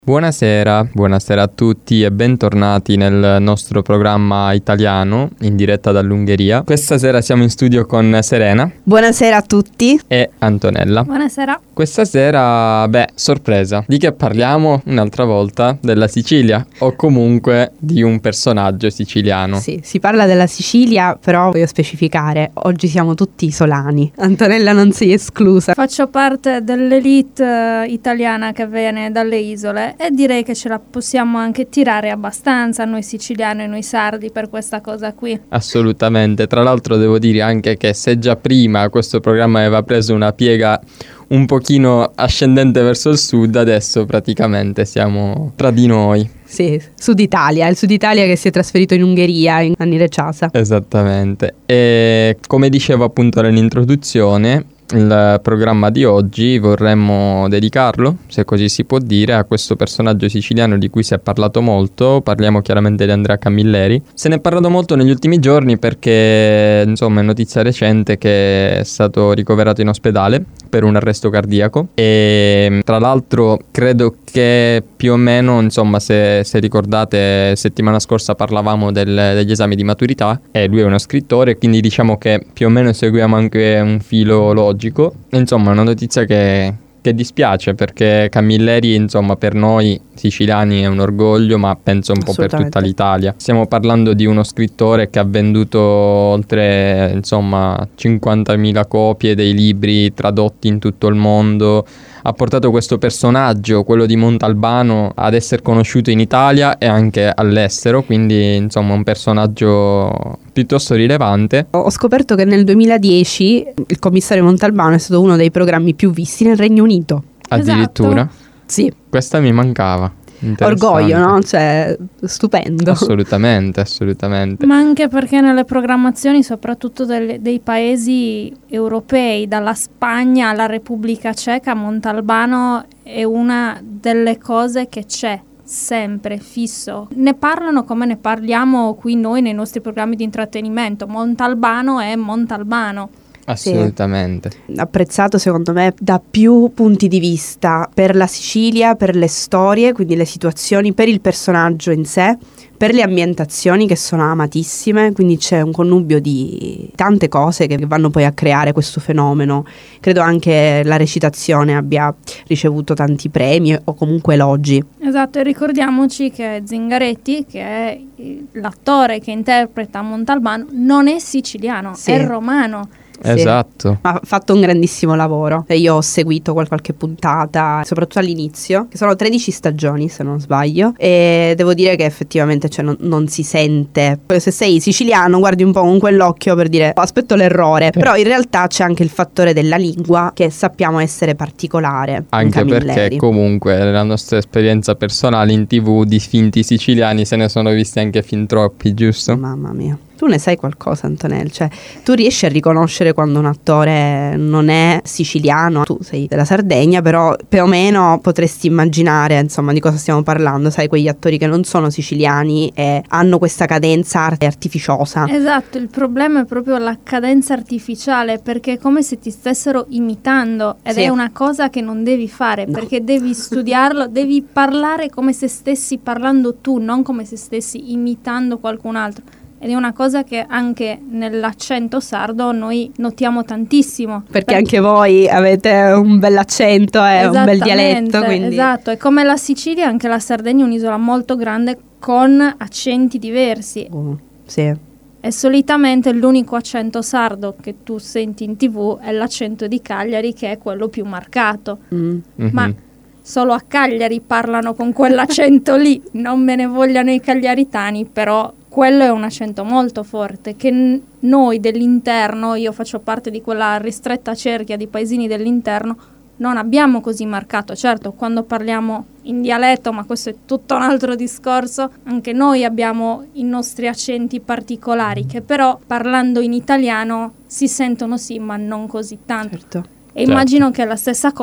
Buonasera a tutti e bentornati nel nostro programma italiano in diretta dall'Ungheria. Questa sera siamo in studio con Serena. Buonasera a tutti. E Antonella. Buonasera. Questa sera, sorpresa. Di che parliamo un'altra volta? Della Sicilia o comunque di un personaggio siciliano. Sì, si parla della Sicilia, però voglio specificare, oggi siamo tutti isolani. Antonella non sei esclusa. Faccio parte dell'elite italiana che viene dalle isole e direi che ce la possiamo anche tirare abbastanza noi siciliani e noi sardi per questa cosa qui. Assolutamente. Tra l'altro devo dire anche che se già prima questo programma aveva preso una piega un pochino ascendente verso il sud, adesso praticamente siamo tra di noi. Sì, Sud Italia, il Sud Italia che si è trasferito in Ungheria in anni recasa. Esattamente. E come dicevo appunto nell'introduzione, il programma di oggi vorremmo dedicarlo, se così si può dire, a questo personaggio siciliano di cui si è parlato molto. Parliamo chiaramente di Andrea Camilleri. Se ne è parlato molto negli ultimi giorni perché, insomma, è notizia recente che è stato ricoverato in ospedale per un arresto cardiaco e tra l'altro credo che più o meno, insomma, se ricordate, settimana scorsa parlavamo degli esami di maturità e lui è uno scrittore, quindi diciamo che più o meno seguiamo anche un filo logico. Insomma, è una notizia che dispiace perché Camilleri, insomma, per noi siciliani è un orgoglio, ma penso un po' per tutta l'Italia. Stiamo parlando di uno scrittore che ha venduto oltre, insomma, 50.000 copie dei libri tradotti in tutto il mondo. Ha portato questo personaggio, quello di Montalbano, ad essere conosciuto in Italia e anche all'estero, quindi insomma un personaggio piuttosto rilevante. Ho scoperto che nel 2010 il commissario Montalbano è stato uno dei programmi più visti nel Regno Unito. Addirittura? Esatto. Sì. Questa mi mancava. Orgoglio, no? Cioè, stupendo. Assolutamente. Ma anche perché nelle programmazioni, soprattutto dei paesi europei, dalla Spagna alla Repubblica Ceca, Montalbano è una delle cose che c'è sempre fisso. Ne parlano come ne parliamo qui noi nei nostri programmi di intrattenimento. Montalbano è Montalbano. Assolutamente. Sì. Apprezzato secondo me da più punti di vista, per la Sicilia, per le storie, quindi le situazioni, per il personaggio in sé, per le ambientazioni che sono amatissime, quindi c'è un connubio di tante cose che vanno poi a creare questo fenomeno. Credo anche la recitazione abbia ricevuto tanti premi o comunque elogi. Esatto, e ricordiamoci che Zingaretti, che è l'attore che interpreta Montalbano, non è siciliano, sì, è romano. Esatto. Ha fatto un grandissimo lavoro. Io ho seguito qualche puntata, soprattutto all'inizio, che sono 13 stagioni se non sbaglio, e devo dire che effettivamente non si sente. Se sei siciliano guardi un po' con quell'occhio per dire aspetto l'errore, però in realtà c'è anche il fattore della lingua che sappiamo essere particolare. Anche perché comunque nella nostra esperienza personale in TV di finti siciliani se ne sono visti anche fin troppi, giusto? Mamma mia. Tu ne sai qualcosa, Antonella? Cioè, tu riesci a riconoscere quando un attore non è siciliano? Tu sei della Sardegna, però più o meno potresti immaginare, insomma, di cosa stiamo parlando. Sai, quegli attori che non sono siciliani e hanno questa cadenza artificiosa. Esatto, il problema è proprio la cadenza artificiale, perché è come se ti stessero imitando ed sì, è una cosa che non devi fare, no, perché devi studiarlo, devi parlare come se stessi parlando tu, non come se stessi imitando qualcun altro. Ed è una cosa che anche nell'accento sardo noi notiamo tantissimo. Perché anche voi avete un bell'accento e un bel dialetto. Quindi. Esatto, e come la Sicilia, anche la Sardegna è un'isola molto grande con accenti diversi. Sì. E solitamente l'unico accento sardo che tu senti in TV è l'accento di Cagliari, che è quello più marcato. Ma solo a Cagliari parlano con quell'accento lì. Non me ne vogliano i cagliaritani, però quello è un accento molto forte che noi dell'interno, io faccio parte di quella ristretta cerchia di paesini dell'interno, non abbiamo così marcato. Certo, quando parliamo in dialetto, ma questo è tutto un altro discorso, anche noi abbiamo i nostri accenti particolari che però parlando in italiano si sentono sì, ma non così tanto. Certo. E immagino che la stessa cosa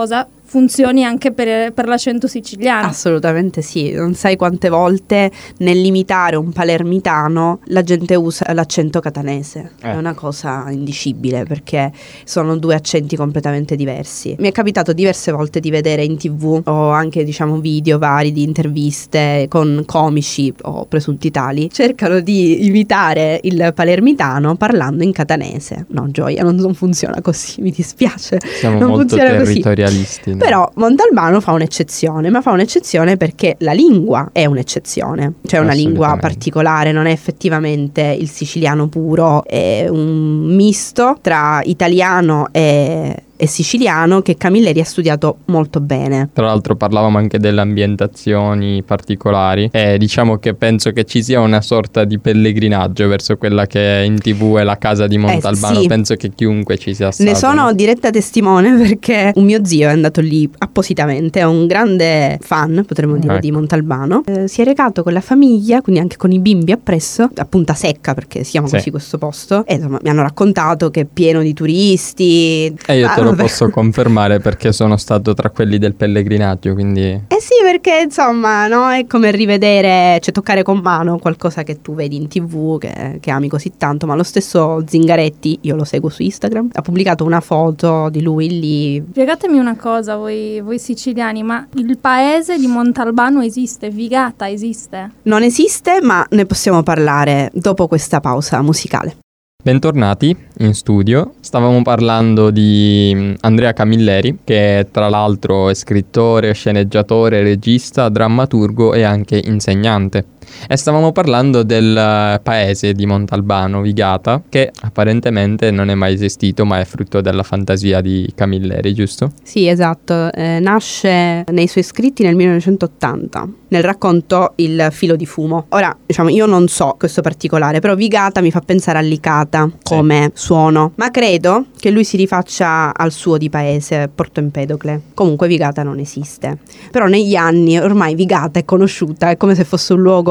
funzioni anche per l'accento siciliano. Assolutamente sì, non sai quante volte nell'imitare un palermitano la gente usa l'accento catanese. È una cosa indicibile perché sono due accenti completamente diversi. Mi è capitato diverse volte di vedere in TV o anche video vari di interviste con comici o presunti tali, cercano di imitare il palermitano parlando in catanese. No, Gioia, non funziona così, mi dispiace. Siamo non molto funziona territorialisti. così. Però Montalbano fa un'eccezione, ma fa un'eccezione perché la lingua è un'eccezione, cioè una lingua particolare, non è effettivamente il siciliano puro, è un misto tra italiano e siciliano che Camilleri ha studiato molto bene. Tra l'altro parlavamo anche delle ambientazioni particolari e diciamo che penso che ci sia una sorta di pellegrinaggio verso quella che in TV è la casa di Montalbano. Sì. Penso che chiunque ci sia stato. Ne sono diretta testimone perché un mio zio è andato lì appositamente, è un grande fan, potremmo dire, di Montalbano. Si è recato con la famiglia, quindi anche con i bimbi appresso, a Punta Secca perché si chiama così questo posto, e insomma mi hanno raccontato che è pieno di turisti. E io te lo posso confermare perché sono stato tra quelli del pellegrinaggio, quindi... Sì, perché insomma, no, è come rivedere, cioè toccare con mano qualcosa che tu vedi in TV, che ami così tanto. Ma lo stesso Zingaretti, io lo seguo su Instagram, ha pubblicato una foto di lui lì. Spiegatemi una cosa, voi siciliani, ma il paese di Montalbano esiste? Vigata esiste? Non esiste, ma ne possiamo parlare dopo questa pausa musicale. Bentornati in studio, stavamo parlando di Andrea Camilleri, che tra l'altro è scrittore, sceneggiatore, regista, drammaturgo e anche insegnante. E stavamo parlando del paese di Montalbano, Vigata, che apparentemente non è mai esistito, ma è frutto della fantasia di Camilleri, giusto? Sì, esatto. Nasce nei suoi scritti nel 1980, nel racconto Il filo di fumo. Ora, io non so questo particolare, però Vigata mi fa pensare a Licata come suono, ma credo che lui si rifaccia al suo di paese, Porto Empedocle. Comunque Vigata non esiste. Però negli anni ormai Vigata è conosciuta, è come se fosse un luogo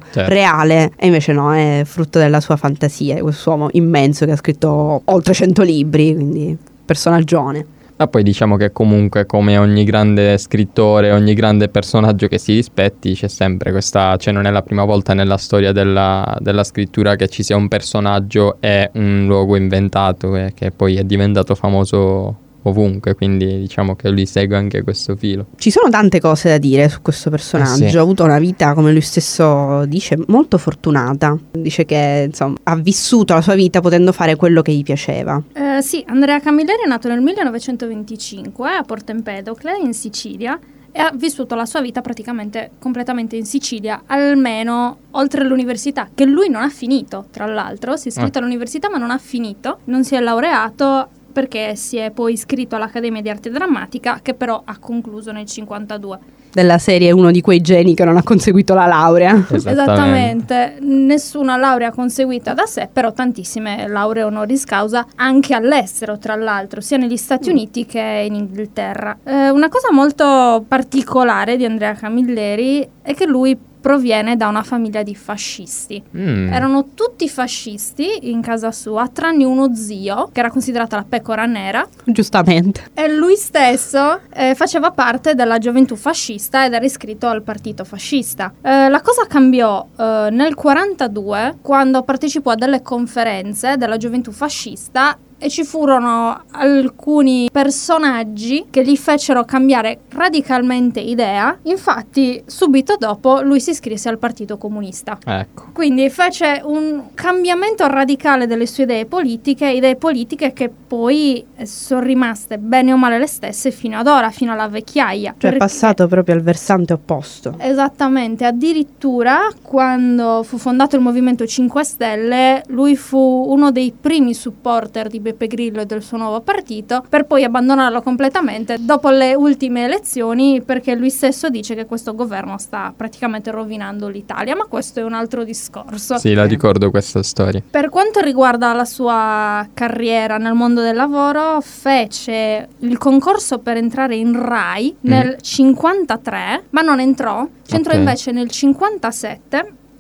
reale, e invece no, è frutto della sua fantasia, questo uomo immenso che ha scritto oltre 100 libri, quindi personaggione. Ma poi diciamo che comunque, come ogni grande scrittore, ogni grande personaggio che si rispetti, c'è sempre questa, cioè non è la prima volta nella storia della scrittura che ci sia un personaggio e un luogo inventato che poi è diventato famoso ovunque, quindi diciamo che lui segue anche questo filo. Ci sono tante cose da dire su questo personaggio. Ha avuto una vita, come lui stesso dice, molto fortunata. Dice che insomma ha vissuto la sua vita potendo fare quello che gli piaceva. Sì, Andrea Camilleri è nato nel 1925 a Porto Empedocle in Sicilia e ha vissuto la sua vita praticamente completamente in Sicilia, almeno oltre l'università, che lui non ha finito, tra l'altro. Si è iscritto all'università ma non ha finito, non si è laureato perché si è poi iscritto all'Accademia di Arte Drammatica, che però ha concluso nel 52. Della serie uno di quei geni che non ha conseguito la laurea. Esattamente, nessuna laurea conseguita da sé, però tantissime lauree honoris causa anche all'estero, tra l'altro, sia negli Stati Uniti che in Inghilterra. Una cosa molto particolare di Andrea Camilleri è che lui proviene da una famiglia di fascisti. Erano tutti fascisti in casa sua, tranne uno zio che era considerata la pecora nera. Giustamente. E lui stesso faceva parte della gioventù fascista ed era iscritto al partito fascista. La cosa cambiò nel 1942, quando partecipò a delle conferenze della gioventù fascista e ci furono alcuni personaggi che gli fecero cambiare radicalmente idea. Infatti, subito dopo lui si iscrisse al Partito Comunista. Ecco. Quindi fece un cambiamento radicale delle sue idee politiche che poi sono rimaste bene o male le stesse fino ad ora, fino alla vecchiaia. Cioè è passato proprio al versante opposto. Esattamente, addirittura quando fu fondato il Movimento 5 Stelle, lui fu uno dei primi supporter di Beppe Grillo e del suo nuovo partito, per poi abbandonarlo completamente dopo le ultime elezioni, perché lui stesso dice che questo governo sta praticamente rovinando l'Italia, ma questo è un altro discorso. Sì, la ricordo questa storia. Per quanto riguarda la sua carriera nel mondo del lavoro, fece il concorso per entrare in RAI nel 53, ma non entrò, invece nel 57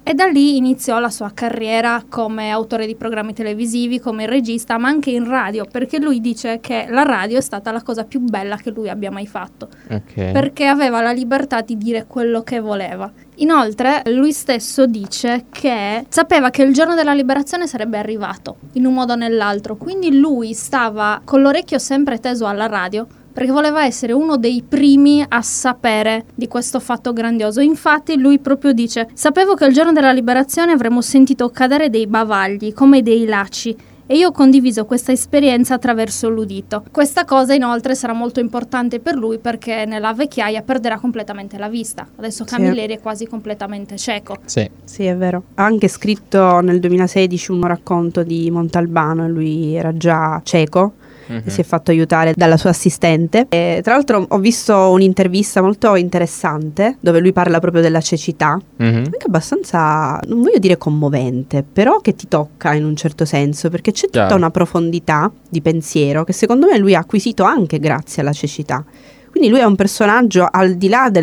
E da lì iniziò la sua carriera come autore di programmi televisivi, come regista, ma anche in radio, perché lui dice che la radio è stata la cosa più bella che lui abbia mai fatto, perché aveva la libertà di dire quello che voleva. Inoltre lui stesso dice che sapeva che il giorno della liberazione sarebbe arrivato, in un modo o nell'altro, quindi lui stava con l'orecchio sempre teso alla radio, perché voleva essere uno dei primi a sapere di questo fatto grandioso. Infatti lui proprio dice: sapevo che il giorno della liberazione avremmo sentito cadere dei bavagli, come dei laci, e io ho condiviso questa esperienza attraverso l'udito. Questa cosa inoltre sarà molto importante per lui, perché nella vecchiaia perderà completamente la vista. Adesso Camilleri è quasi completamente cieco. Sì, è vero. Ha anche scritto nel 2016 un racconto di Montalbano, e lui era già cieco. Si è fatto aiutare dalla sua assistente. E, tra l'altro, ho visto un'intervista molto interessante dove lui parla proprio della cecità, anche abbastanza, non voglio dire commovente, però che ti tocca in un certo senso, perché c'è tutta una profondità di pensiero che secondo me lui ha acquisito anche grazie alla cecità. Quindi lui è un personaggio al di là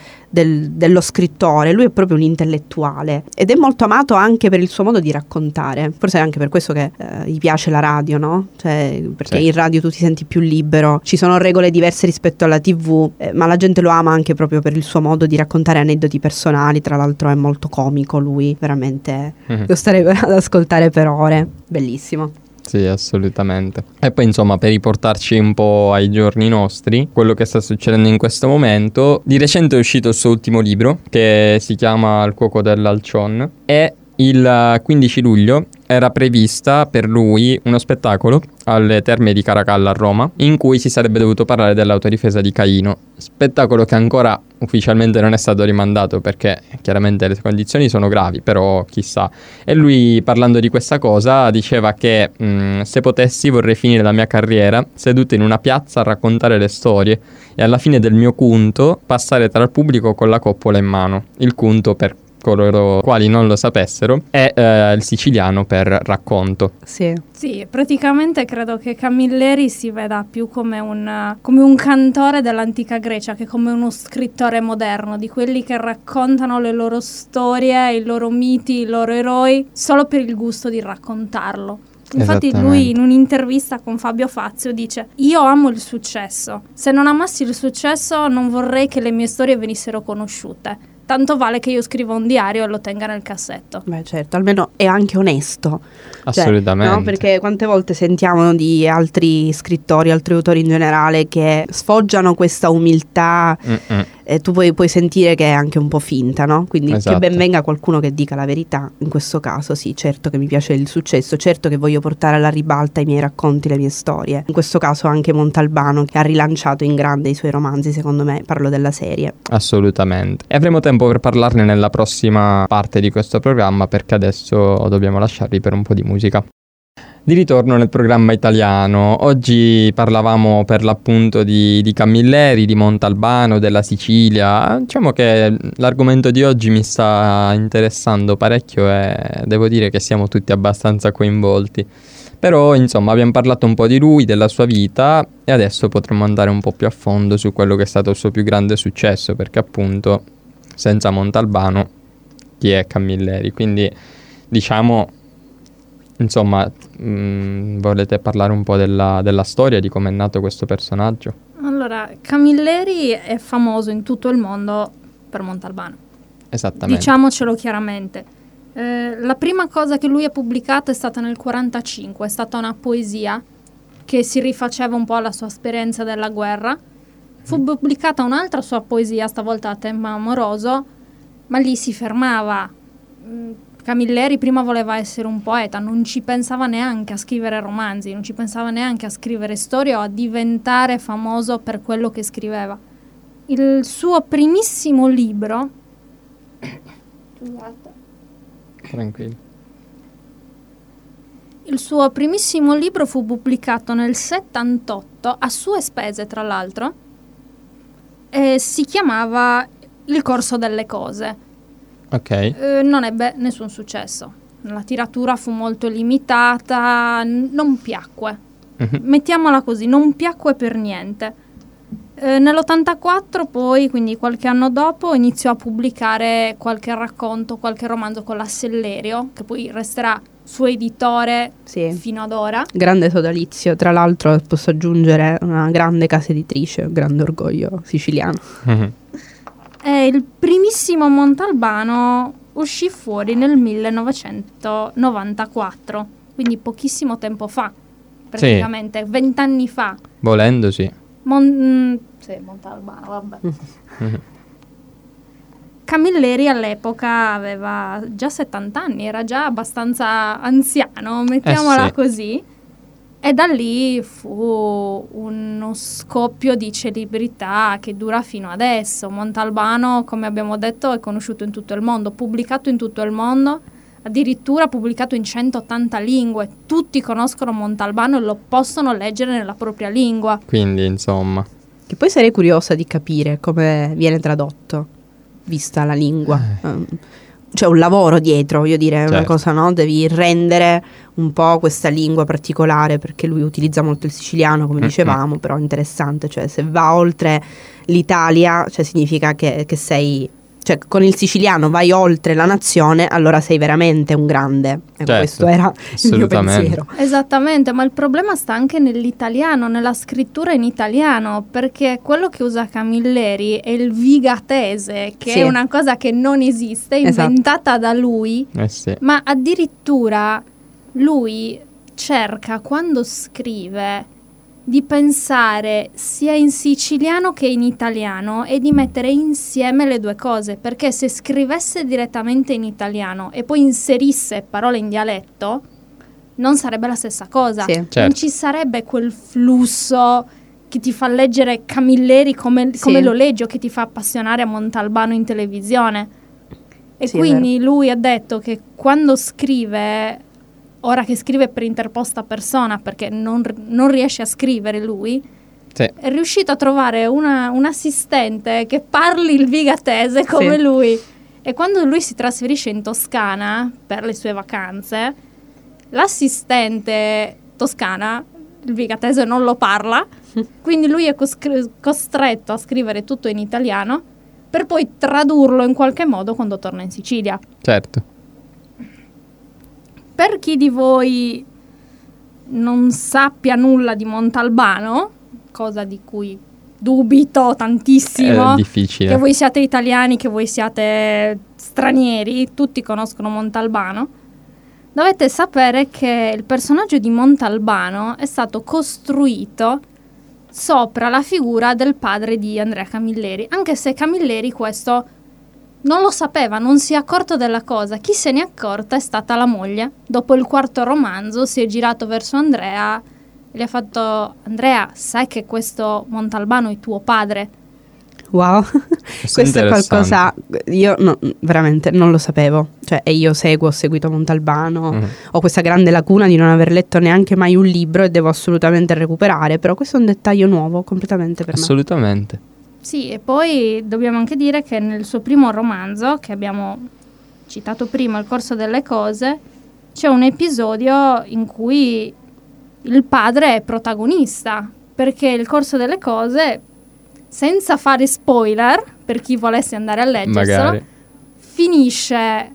dello scrittore, lui è proprio un intellettuale ed è molto amato anche per il suo modo di raccontare. Forse è anche per questo che gli piace la radio, no? Cioè, perché in radio tu ti senti più libero, ci sono regole diverse rispetto alla TV, ma la gente lo ama anche proprio per il suo modo di raccontare aneddoti personali. Tra l'altro è molto comico lui, veramente lo starei ad ascoltare per ore, bellissimo. Sì, assolutamente. E poi insomma, per riportarci un po' ai giorni nostri, quello che sta succedendo in questo momento, di recente è uscito il suo ultimo libro che si chiama Il cuoco dell'Alcion, e il 15 luglio era prevista per lui uno spettacolo alle Terme di Caracalla a Roma, in cui si sarebbe dovuto parlare dell'autodifesa di Caino, spettacolo che ancora ufficialmente non è stato rimandato perché chiaramente le condizioni sono gravi, però chissà. E lui, parlando di questa cosa, diceva che se potessi vorrei finire la mia carriera seduto in una piazza a raccontare le storie e alla fine del mio cunto passare tra il pubblico con la coppola in mano. Il cunto, per coloro quali non lo sapessero, è il siciliano per racconto. Sì, praticamente credo che Camilleri si veda più come un cantore dell'antica Grecia che come uno scrittore moderno, di quelli che raccontano le loro storie, i loro miti, i loro eroi, solo per il gusto di raccontarlo. Infatti lui in un'intervista con Fabio Fazio dice: io amo il successo, se non amassi il successo non vorrei che le mie storie venissero conosciute. Tanto vale che io scriva un diario e lo tenga nel cassetto. Beh, certo, almeno è anche onesto. Assolutamente. Cioè, no? Perché quante volte sentiamo di altri scrittori, altri autori in generale che sfoggiano questa umiltà e tu puoi sentire che è anche un po' finta, no? Quindi che ben venga qualcuno che dica la verità. In questo caso sì, certo che mi piace il successo, certo che voglio portare alla ribalta i miei racconti, le mie storie. In questo caso anche Montalbano, che ha rilanciato in grande i suoi romanzi, secondo me, parlo della serie. Assolutamente. E avremo tempo per parlarne nella prossima parte di questo programma, perché adesso dobbiamo lasciarvi per un po' di musica. Di ritorno nel programma italiano, oggi parlavamo per l'appunto di Camilleri, di Montalbano, della Sicilia. Diciamo che l'argomento di oggi mi sta interessando parecchio e devo dire che siamo tutti abbastanza coinvolti. Però insomma abbiamo parlato un po' di lui, della sua vita, e adesso potremmo andare un po' più a fondo su quello che è stato il suo più grande successo, perché appunto senza Montalbano chi è Camilleri? Quindi diciamo, insomma, volete parlare un po' della storia, di come è nato questo personaggio? Allora, Camilleri è famoso in tutto il mondo per Montalbano. Esattamente. Diciamocelo chiaramente. La prima cosa che lui ha pubblicato è stata nel 1945, è stata una poesia che si rifaceva un po' alla sua esperienza della guerra. Fu pubblicata un'altra sua poesia, stavolta a tema amoroso, ma lì si fermava. Camilleri prima voleva essere un poeta, non ci pensava neanche a scrivere romanzi, non ci pensava neanche a scrivere storie o a diventare famoso per quello che scriveva. Il suo primissimo libro... Scusate. Tranquillo. Il suo primissimo libro fu pubblicato nel 78, a sue spese tra l'altro, e si chiamava Il corso delle cose. Ok. Non ebbe nessun successo. La tiratura fu molto limitata, non piacque. Mettiamola così, non piacque per niente. Nell'84 poi, quindi qualche anno dopo, iniziò a pubblicare qualche racconto, qualche romanzo con la Sellerio, che poi resterà suo editore fino ad ora. Grande sodalizio, tra l'altro posso aggiungere una grande casa editrice, un grande orgoglio siciliano. E il primissimo Montalbano uscì fuori nel 1994, quindi pochissimo tempo fa, praticamente 20 anni fa. Volendo sì. Montalbano, vabbè. Camilleri all'epoca aveva già 70 anni, era già abbastanza anziano, mettiamola così. E da lì fu uno scoppio di celebrità che dura fino adesso. Montalbano, come abbiamo detto, è conosciuto in tutto il mondo, pubblicato in tutto il mondo, addirittura pubblicato in 180 lingue. Tutti conoscono Montalbano e lo possono leggere nella propria lingua. Quindi, insomma. Che poi sarei curiosa di capire come viene tradotto, vista la lingua. C'è un lavoro dietro, voglio dire, è una cosa, no? Devi rendere un po' questa lingua particolare, perché lui utilizza molto il siciliano, come dicevamo, però è interessante, cioè se va oltre l'Italia, cioè significa che sei, cioè con il siciliano vai oltre la nazione, allora sei veramente un grande. E questo era il mio pensiero. Esattamente, ma il problema sta anche nell'italiano, nella scrittura in italiano, perché quello che usa Camilleri è il vigatese, che è una cosa che non esiste, inventata da lui, ma addirittura lui cerca, quando scrive, di pensare sia in siciliano che in italiano e di mettere insieme le due cose, perché se scrivesse direttamente in italiano e poi inserisse parole in dialetto non sarebbe la stessa cosa, non ci sarebbe quel flusso che ti fa leggere Camilleri come lo leggi, o che ti fa appassionare a Montalbano in televisione. E quindi lui ha detto che quando scrive, ora che scrive per interposta persona, perché non riesce a scrivere lui, è riuscito a trovare un assistente che parli il vigatese come lui. E quando lui si trasferisce in Toscana per le sue vacanze, l'assistente toscana il vigatese non lo parla, quindi lui è costretto a scrivere tutto in italiano per poi tradurlo in qualche modo quando torna in Sicilia. Certo. Per chi di voi non sappia nulla di Montalbano, cosa di cui dubito tantissimo, è difficile. Che voi siate italiani, che voi siate stranieri, tutti conoscono Montalbano, dovete sapere che il personaggio di Montalbano è stato costruito sopra la figura del padre di Andrea Camilleri, anche se Camilleri questo non lo sapeva, non si è accorto della cosa. Chi se ne è accorta è stata la moglie. Dopo il quarto romanzo si è girato verso Andrea e gli ha fatto: Andrea, sai che questo Montalbano è tuo padre? Wow, questo è qualcosa, io veramente non lo sapevo, cioè, e io ho seguito Montalbano, ho questa grande lacuna di non aver letto neanche mai un libro e devo assolutamente recuperare, però questo è un dettaglio nuovo completamente per me. Assolutamente. Sì, e poi dobbiamo anche dire che nel suo primo romanzo, che abbiamo citato prima, Il corso delle cose, c'è un episodio in cui il padre è protagonista, perché Il corso delle cose, senza fare spoiler, per chi volesse andare a leggerselo, finisce...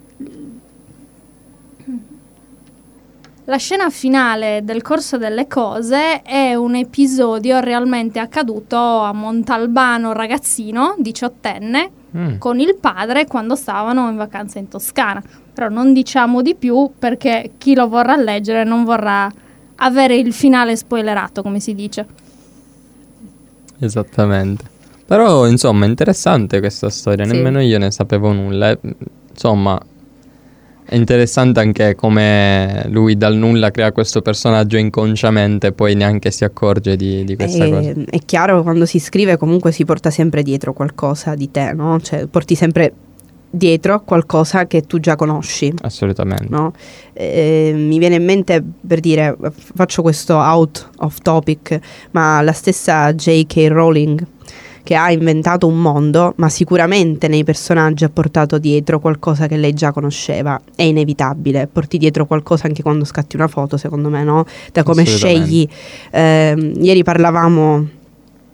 La scena finale del corso delle cose è un episodio realmente accaduto a Montalbano, ragazzino, 18enne, con il padre quando stavano in vacanza in Toscana. Però non diciamo di più perché chi lo vorrà leggere non vorrà avere il finale spoilerato, come si dice. Esattamente. Però, insomma, è interessante questa storia, nemmeno io ne sapevo nulla. Insomma... È interessante anche come lui dal nulla crea questo personaggio inconsciamente e poi neanche si accorge di questa cosa. È chiaro che quando si scrive comunque si porta sempre dietro qualcosa di te, no? Cioè porti sempre dietro qualcosa che tu già conosci. Assolutamente. No? Mi viene in mente, per dire, faccio questo out of topic, ma la stessa J.K. Rowling, che ha inventato un mondo, ma sicuramente nei personaggi ha portato dietro qualcosa che lei già conosceva. È inevitabile, porti dietro qualcosa anche quando scatti una foto, secondo me, no? Da come scegli. Ieri parlavamo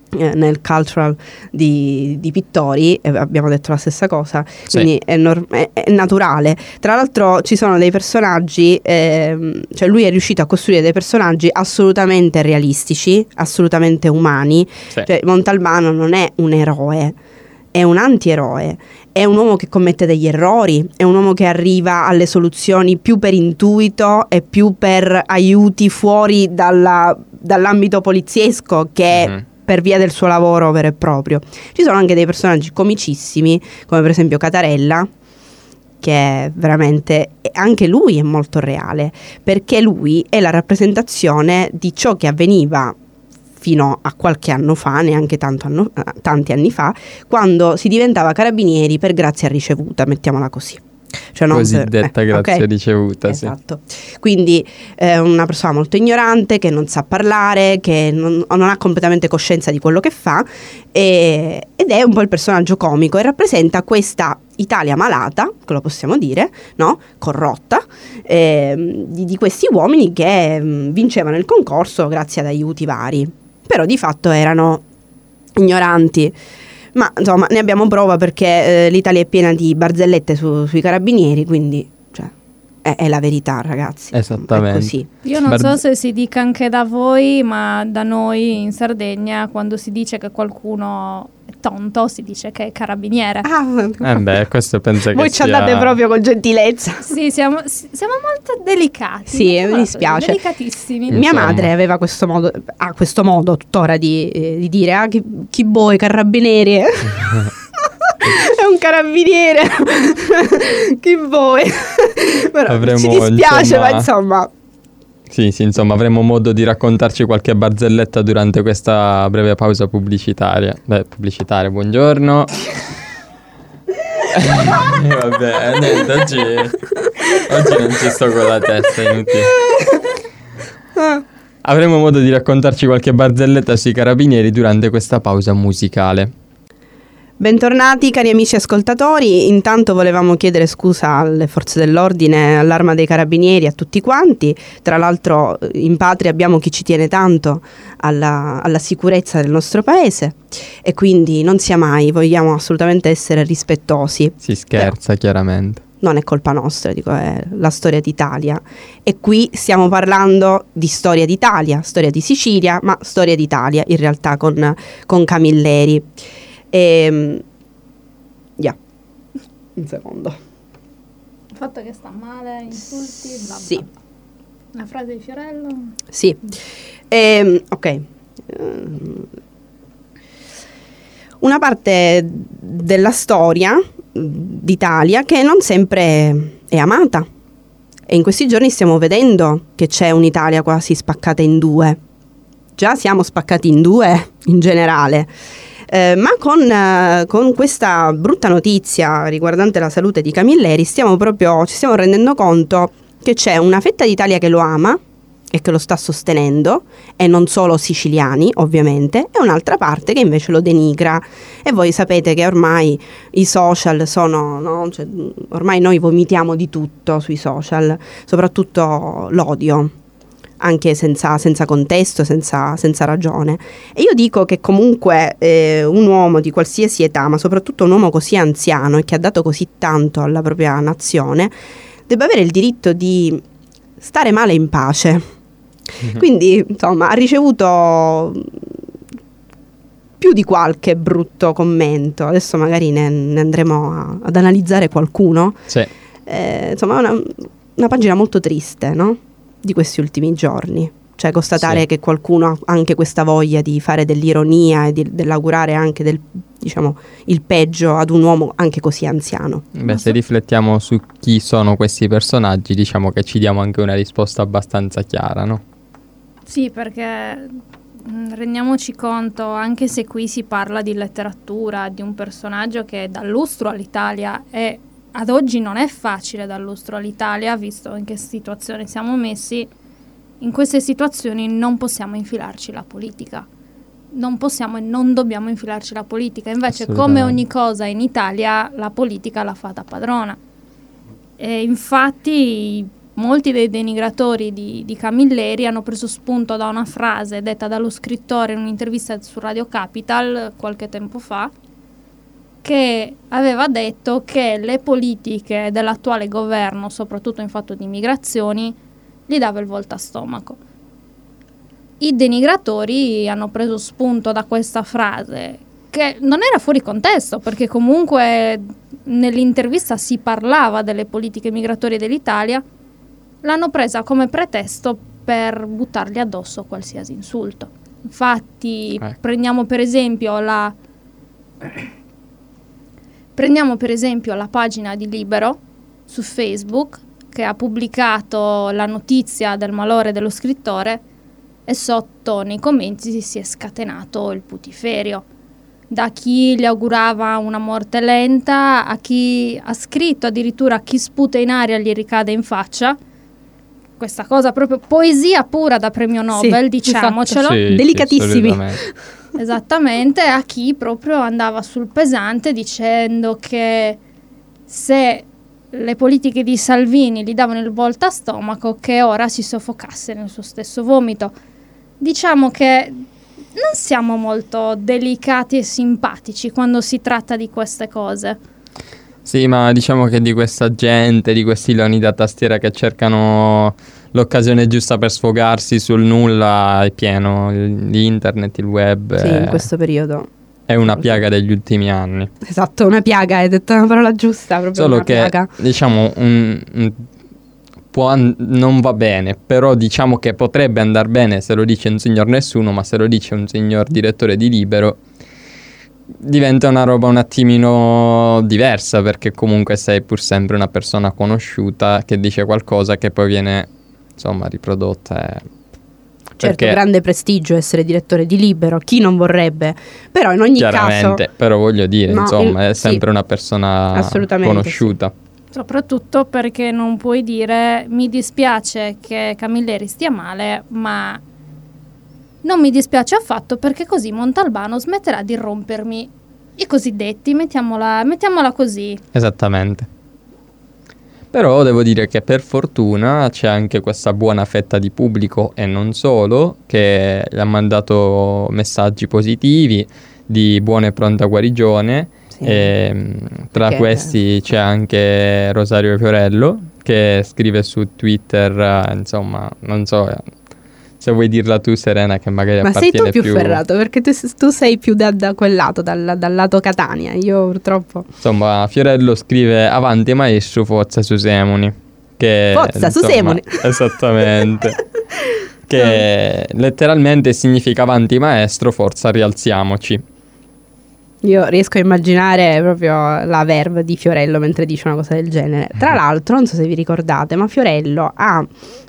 nel cultural di pittori, abbiamo detto la stessa cosa, quindi è naturale. Tra l'altro ci sono dei personaggi, cioè lui è riuscito a costruire dei personaggi assolutamente realistici, assolutamente umani. Cioè, Montalbano non è un eroe, è un antieroe, è un uomo che commette degli errori, è un uomo che arriva alle soluzioni più per intuito e più per aiuti fuori dall'ambito poliziesco che per via del suo lavoro vero e proprio. Ci sono anche dei personaggi comicissimi, come per esempio Catarella, che è veramente, anche lui è molto reale, perché lui è la rappresentazione di ciò che avveniva fino a qualche anno fa, neanche tanti anni fa, quando si diventava carabinieri per grazia ricevuta, mettiamola così. Cioè cosiddetta grazia ricevuta. Esatto. Quindi una persona molto ignorante, che non sa parlare, che non ha completamente coscienza di quello che fa, ed è un po' il personaggio comico e rappresenta questa Italia malata, che lo possiamo dire, no? Corrotta, di questi uomini che vincevano il concorso grazie ad aiuti vari, però di fatto erano ignoranti. Ma insomma ne abbiamo prova perché l'Italia è piena di barzellette sui carabinieri, quindi cioè, è la verità, ragazzi. Esattamente. È così. Io non so se si dica anche da voi, ma da noi in Sardegna quando si dice che qualcuno è tonto si dice che è carabiniere. Questo penso che voi ci andate proprio con gentilezza. Sì, siamo molto delicati. Sì, mi dispiace. Delicatissimi. Mia madre aveva questo modo tuttora di dire chi vuoi carabinieri? È un carabiniere. Chi vuoi? Però ci dispiace, ma insomma. Sì, insomma, avremo modo di raccontarci qualche barzelletta durante questa breve pausa pubblicitaria. Buongiorno. Vabbè, niente, oggi non ci sto con la testa, inutile. Avremo modo di raccontarci qualche barzelletta sui carabinieri durante questa pausa musicale. Bentornati cari amici ascoltatori, intanto volevamo chiedere scusa alle forze dell'ordine, all'Arma dei Carabinieri, a tutti quanti. Tra l'altro in patria abbiamo chi ci tiene tanto alla sicurezza del nostro paese e quindi non sia mai, vogliamo assolutamente essere rispettosi. Si scherza, chiaramente. Non è colpa nostra, dico, è la storia d'Italia. E qui stiamo parlando di storia d'Italia, storia di Sicilia, ma storia d'Italia in realtà con Camilleri. Un secondo. Il fatto che sta male, insulti, bla bla. Sì. La frase di Fiorello? Sì. Ok. Una parte della storia d'Italia che non sempre è amata. E in questi giorni stiamo vedendo che c'è un'Italia quasi spaccata in due. Già siamo spaccati in due in generale. Ma con questa brutta notizia riguardante la salute di Camilleri ci stiamo rendendo conto che c'è una fetta d'Italia che lo ama e che lo sta sostenendo, e non solo siciliani ovviamente, e un'altra parte che invece lo denigra. E voi sapete che ormai i social sono, no? Cioè, ormai noi vomitiamo di tutto sui social, soprattutto l'odio, anche senza contesto, senza ragione. E io dico che comunque un uomo di qualsiasi età, ma soprattutto un uomo così anziano e che ha dato così tanto alla propria nazione, debba avere il diritto di stare male in pace. Quindi insomma ha ricevuto più di qualche brutto commento. Adesso magari ne andremo ad analizzare qualcuno. Sì. Insomma è una pagina molto triste, no? Di questi ultimi giorni, cioè constatare che qualcuno ha anche questa voglia di fare dell'ironia e dell'augurare anche il peggio ad un uomo anche così anziano. Se riflettiamo su chi sono questi personaggi, diciamo che ci diamo anche una risposta abbastanza chiara, no? Sì, perché rendiamoci conto, anche se qui si parla di letteratura, di un personaggio che dà lustro all'Italia, e ad oggi non è facile dar lustro all'Italia, visto in che situazione siamo messi. In queste situazioni non possiamo infilarci la politica. Non possiamo e non dobbiamo infilarci la politica. Invece, come ogni cosa in Italia, la politica l'ha fatta padrona. E infatti molti dei denigratori di Camilleri hanno preso spunto da una frase detta dallo scrittore in un'intervista su Radio Capital qualche tempo fa, che aveva detto che le politiche dell'attuale governo, soprattutto in fatto di migrazioni, gli dava il voltastomaco. I denigratori hanno preso spunto da questa frase, che non era fuori contesto, perché comunque nell'intervista si parlava delle politiche migratorie dell'Italia, l'hanno presa come pretesto per buttargli addosso qualsiasi insulto. Infatti prendiamo per esempio la pagina di Libero su Facebook, che ha pubblicato la notizia del malore dello scrittore, e sotto nei commenti si è scatenato il putiferio. Da chi gli augurava una morte lenta, a chi ha scritto addirittura chi sputa in aria gli ricade in faccia. Questa cosa proprio poesia pura da premio Nobel, sì, diciamocelo. Sì, delicatissimi. Sì, esattamente, a chi proprio andava sul pesante dicendo che se le politiche di Salvini gli davano il voltastomaco, che ora si soffocasse nel suo stesso vomito. Diciamo che non siamo molto delicati e simpatici quando si tratta di queste cose. Sì, ma diciamo che di questa gente, di questi leoni da tastiera che cercano l'occasione giusta per sfogarsi sul nulla è pieno. L'internet, il web. Sì, in questo periodo. È una piaga degli ultimi anni. Esatto, una piaga, hai detto una parola giusta, proprio solo una che, piaga. Diciamo, non va bene, però diciamo che potrebbe andare bene se lo dice un signor nessuno, ma se lo dice un signor direttore di Libero diventa una roba un attimino diversa, perché comunque sei pur sempre una persona conosciuta che dice qualcosa che poi viene, insomma, riprodotta. Certo, grande prestigio essere direttore di Libero, chi non vorrebbe, però in ogni caso... Però voglio dire, insomma, è sempre una persona conosciuta. Sì. Soprattutto perché non puoi dire mi dispiace che Camilleri stia male, ma non mi dispiace affatto perché così Montalbano smetterà di rompermi i cosiddetti, mettiamola così. Esattamente. Però devo dire che per fortuna c'è anche questa buona fetta di pubblico, e non solo, che gli ha mandato messaggi positivi di buona e pronta guarigione. Sì. E, tra questi c'è anche Rosario Fiorello, che scrive su Twitter, insomma, non so se vuoi dirla tu, Serena, che magari ma appartiene sei tu più ferrato, perché tu sei più da quel lato, dal lato Catania, io purtroppo. Insomma, Fiorello scrive avanti maestro, forza su Semoni, che forza su Semoni, esattamente. Che letteralmente significa avanti maestro, forza, rialziamoci. Io riesco a immaginare proprio la verve di Fiorello mentre dice una cosa del genere. Tra l'altro, non so se vi ricordate, ma Fiorello ha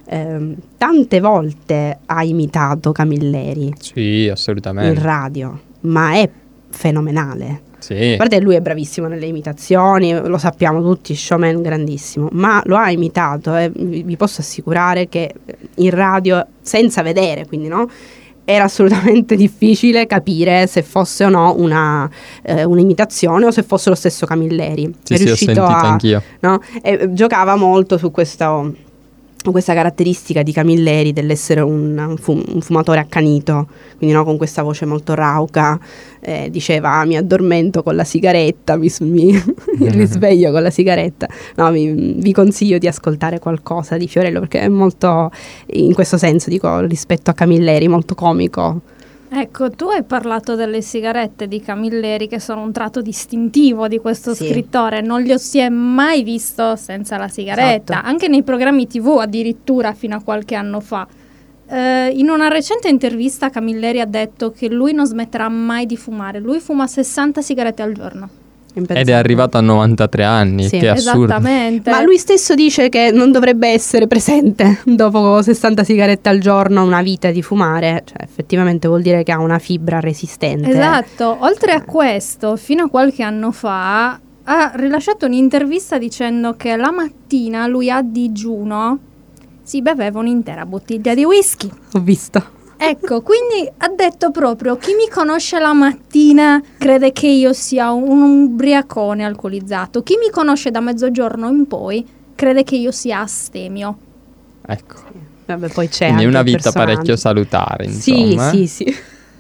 tante volte ha imitato Camilleri. Sì, assolutamente. In radio, ma è fenomenale. Sì. A parte lui è bravissimo nelle imitazioni, lo sappiamo tutti, showman grandissimo, ma lo ha imitato e vi posso assicurare che in radio, senza vedere, quindi no, era assolutamente difficile capire se fosse o no un'imitazione o se fosse lo stesso Camilleri. Sì, è riuscito ho sentito anch'io. No? E giocava molto su questa caratteristica di Camilleri dell'essere un fumatore accanito, quindi no, con questa voce molto rauca, diceva mi addormento con la sigaretta, mi risveglio con la sigaretta. No, vi consiglio di ascoltare qualcosa di Fiorello, perché è molto, in questo senso dico, rispetto a Camilleri, molto comico. Ecco, tu hai parlato delle sigarette di Camilleri, che sono un tratto distintivo di questo scrittore. Non li si è mai visto senza la sigaretta, esatto. Anche nei programmi TV addirittura fino a qualche anno fa. In una recente intervista Camilleri ha detto che lui non smetterà mai di fumare. Lui fuma 60 sigarette al giorno. Ed è arrivato a 93 anni, sì, che è assurdo. Esattamente. Ma lui stesso dice che non dovrebbe essere presente dopo 60 sigarette al giorno, una vita di fumare. Cioè, effettivamente vuol dire che ha una fibra resistente. Esatto. Oltre a questo, fino a qualche anno fa ha rilasciato un'intervista dicendo che la mattina lui a digiuno si beveva un'intera bottiglia di whisky. Ho visto. Ecco, quindi ha detto proprio, chi mi conosce la mattina crede che io sia un ubriacone alcolizzato, chi mi conosce da mezzogiorno in poi crede che io sia astemio. Ecco. Vabbè, poi c'è Quindi anche una il vita personaggio. parecchio salutare, insomma. Sì. Sì.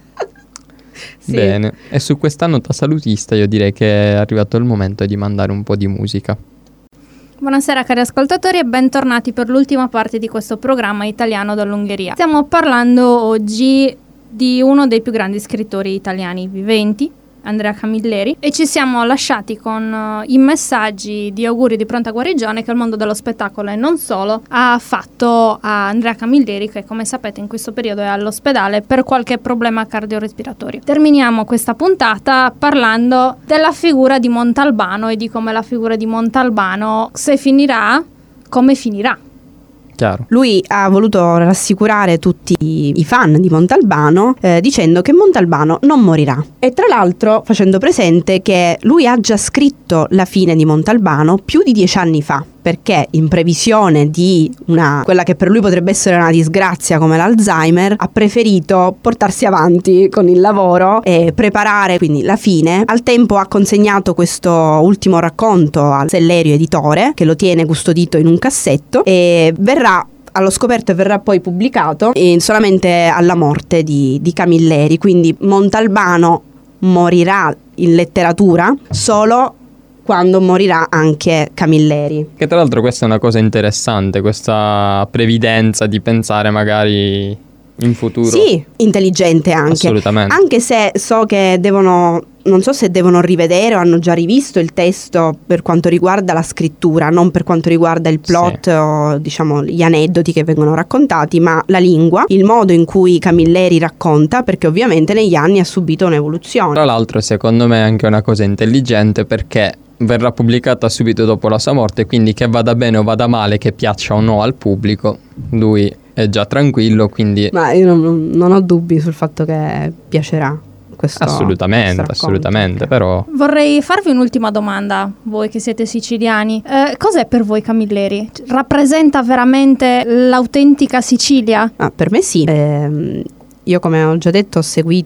Bene, e su questa nota salutista io direi che è arrivato il momento di mandare un po' di musica. Buonasera cari ascoltatori e bentornati per l'ultima parte di questo programma italiano dall'Ungheria. Stiamo parlando oggi di uno dei più grandi scrittori italiani viventi, Andrea Camilleri, e ci siamo lasciati con i messaggi di auguri di pronta guarigione che il mondo dello spettacolo e non solo ha fatto a Andrea Camilleri, che come sapete in questo periodo è all'ospedale per qualche problema cardiorespiratorio. Terminiamo questa puntata parlando della figura di Montalbano e di come la figura di Montalbano, se finirà, come finirà. Chiaro. Lui ha voluto rassicurare tutti i fan di Montalbano dicendo che Montalbano non morirà, e tra l'altro facendo presente che lui ha già scritto la fine di Montalbano più di 10 anni fa, perché in previsione di quella che per lui potrebbe essere una disgrazia come l'Alzheimer, ha preferito portarsi avanti con il lavoro e preparare quindi la fine. Al tempo ha consegnato questo ultimo racconto al Sellerio editore, che lo tiene custodito in un cassetto, e verrà allo scoperto e verrà poi pubblicato solamente alla morte di Camilleri. Quindi Montalbano morirà in letteratura solo quando morirà anche Camilleri. Che tra l'altro questa è una cosa interessante, questa previdenza di pensare magari in futuro. Sì, intelligente anche. Assolutamente. Anche se so che non so se devono rivedere o hanno già rivisto il testo per quanto riguarda la scrittura, non per quanto riguarda il plot o diciamo gli aneddoti che vengono raccontati, ma la lingua, il modo in cui Camilleri racconta, perché ovviamente negli anni ha subito un'evoluzione. Tra l'altro secondo me è anche una cosa intelligente, perché verrà pubblicata subito dopo la sua morte, quindi che vada bene o vada male, che piaccia o no al pubblico, lui è già tranquillo, quindi... Ma io non ho dubbi sul fatto che piacerà questo assolutamente, però... Vorrei farvi un'ultima domanda, voi che siete siciliani. Cos'è per voi Camilleri? Rappresenta veramente l'autentica Sicilia? Per me sì. Io, come ho già detto, ho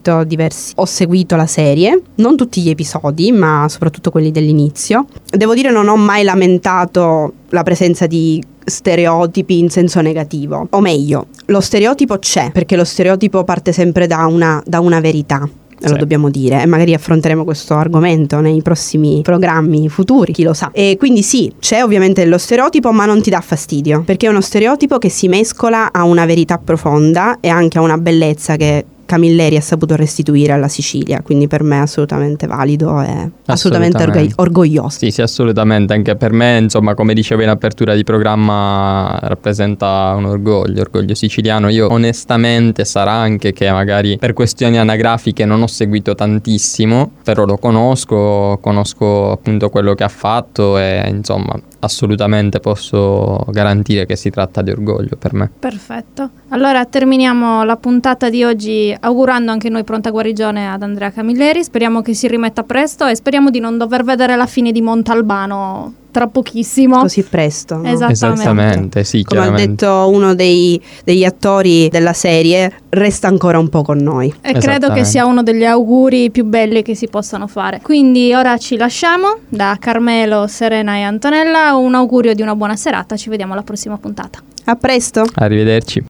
seguito la serie, non tutti gli episodi, ma soprattutto quelli dell'inizio. Devo dire, non ho mai lamentato la presenza di stereotipi in senso negativo, o meglio, lo stereotipo c'è, perché lo stereotipo parte sempre da una verità. Lo dobbiamo dire, e magari affronteremo questo argomento nei prossimi programmi futuri, chi lo sa. E quindi sì, c'è ovviamente lo stereotipo, ma non ti dà fastidio, perché è uno stereotipo che si mescola a una verità profonda e anche a una bellezza che Camilleri ha saputo restituire alla Sicilia, quindi per me è assolutamente valido e assolutamente orgoglioso. Sì, assolutamente, anche per me, insomma, come dicevo in apertura di programma, rappresenta un orgoglio siciliano. Io onestamente sarà anche che magari per questioni anagrafiche non ho seguito tantissimo, però lo conosco appunto quello che ha fatto e insomma assolutamente posso garantire che si tratta di orgoglio per me. Perfetto. Allora terminiamo la puntata di oggi augurando anche noi pronta guarigione ad Andrea Camilleri. Speriamo che si rimetta presto e speriamo di non dover vedere la fine di Montalbano tra pochissimo. Così presto, no? Esattamente, sì, come ha detto uno degli attori della serie, resta ancora un po' con noi. E credo che sia uno degli auguri più belli che si possano fare. Quindi ora ci lasciamo da Carmelo, Serena e Antonella. Un augurio di una buona serata, ci vediamo alla prossima puntata. A presto. Arrivederci.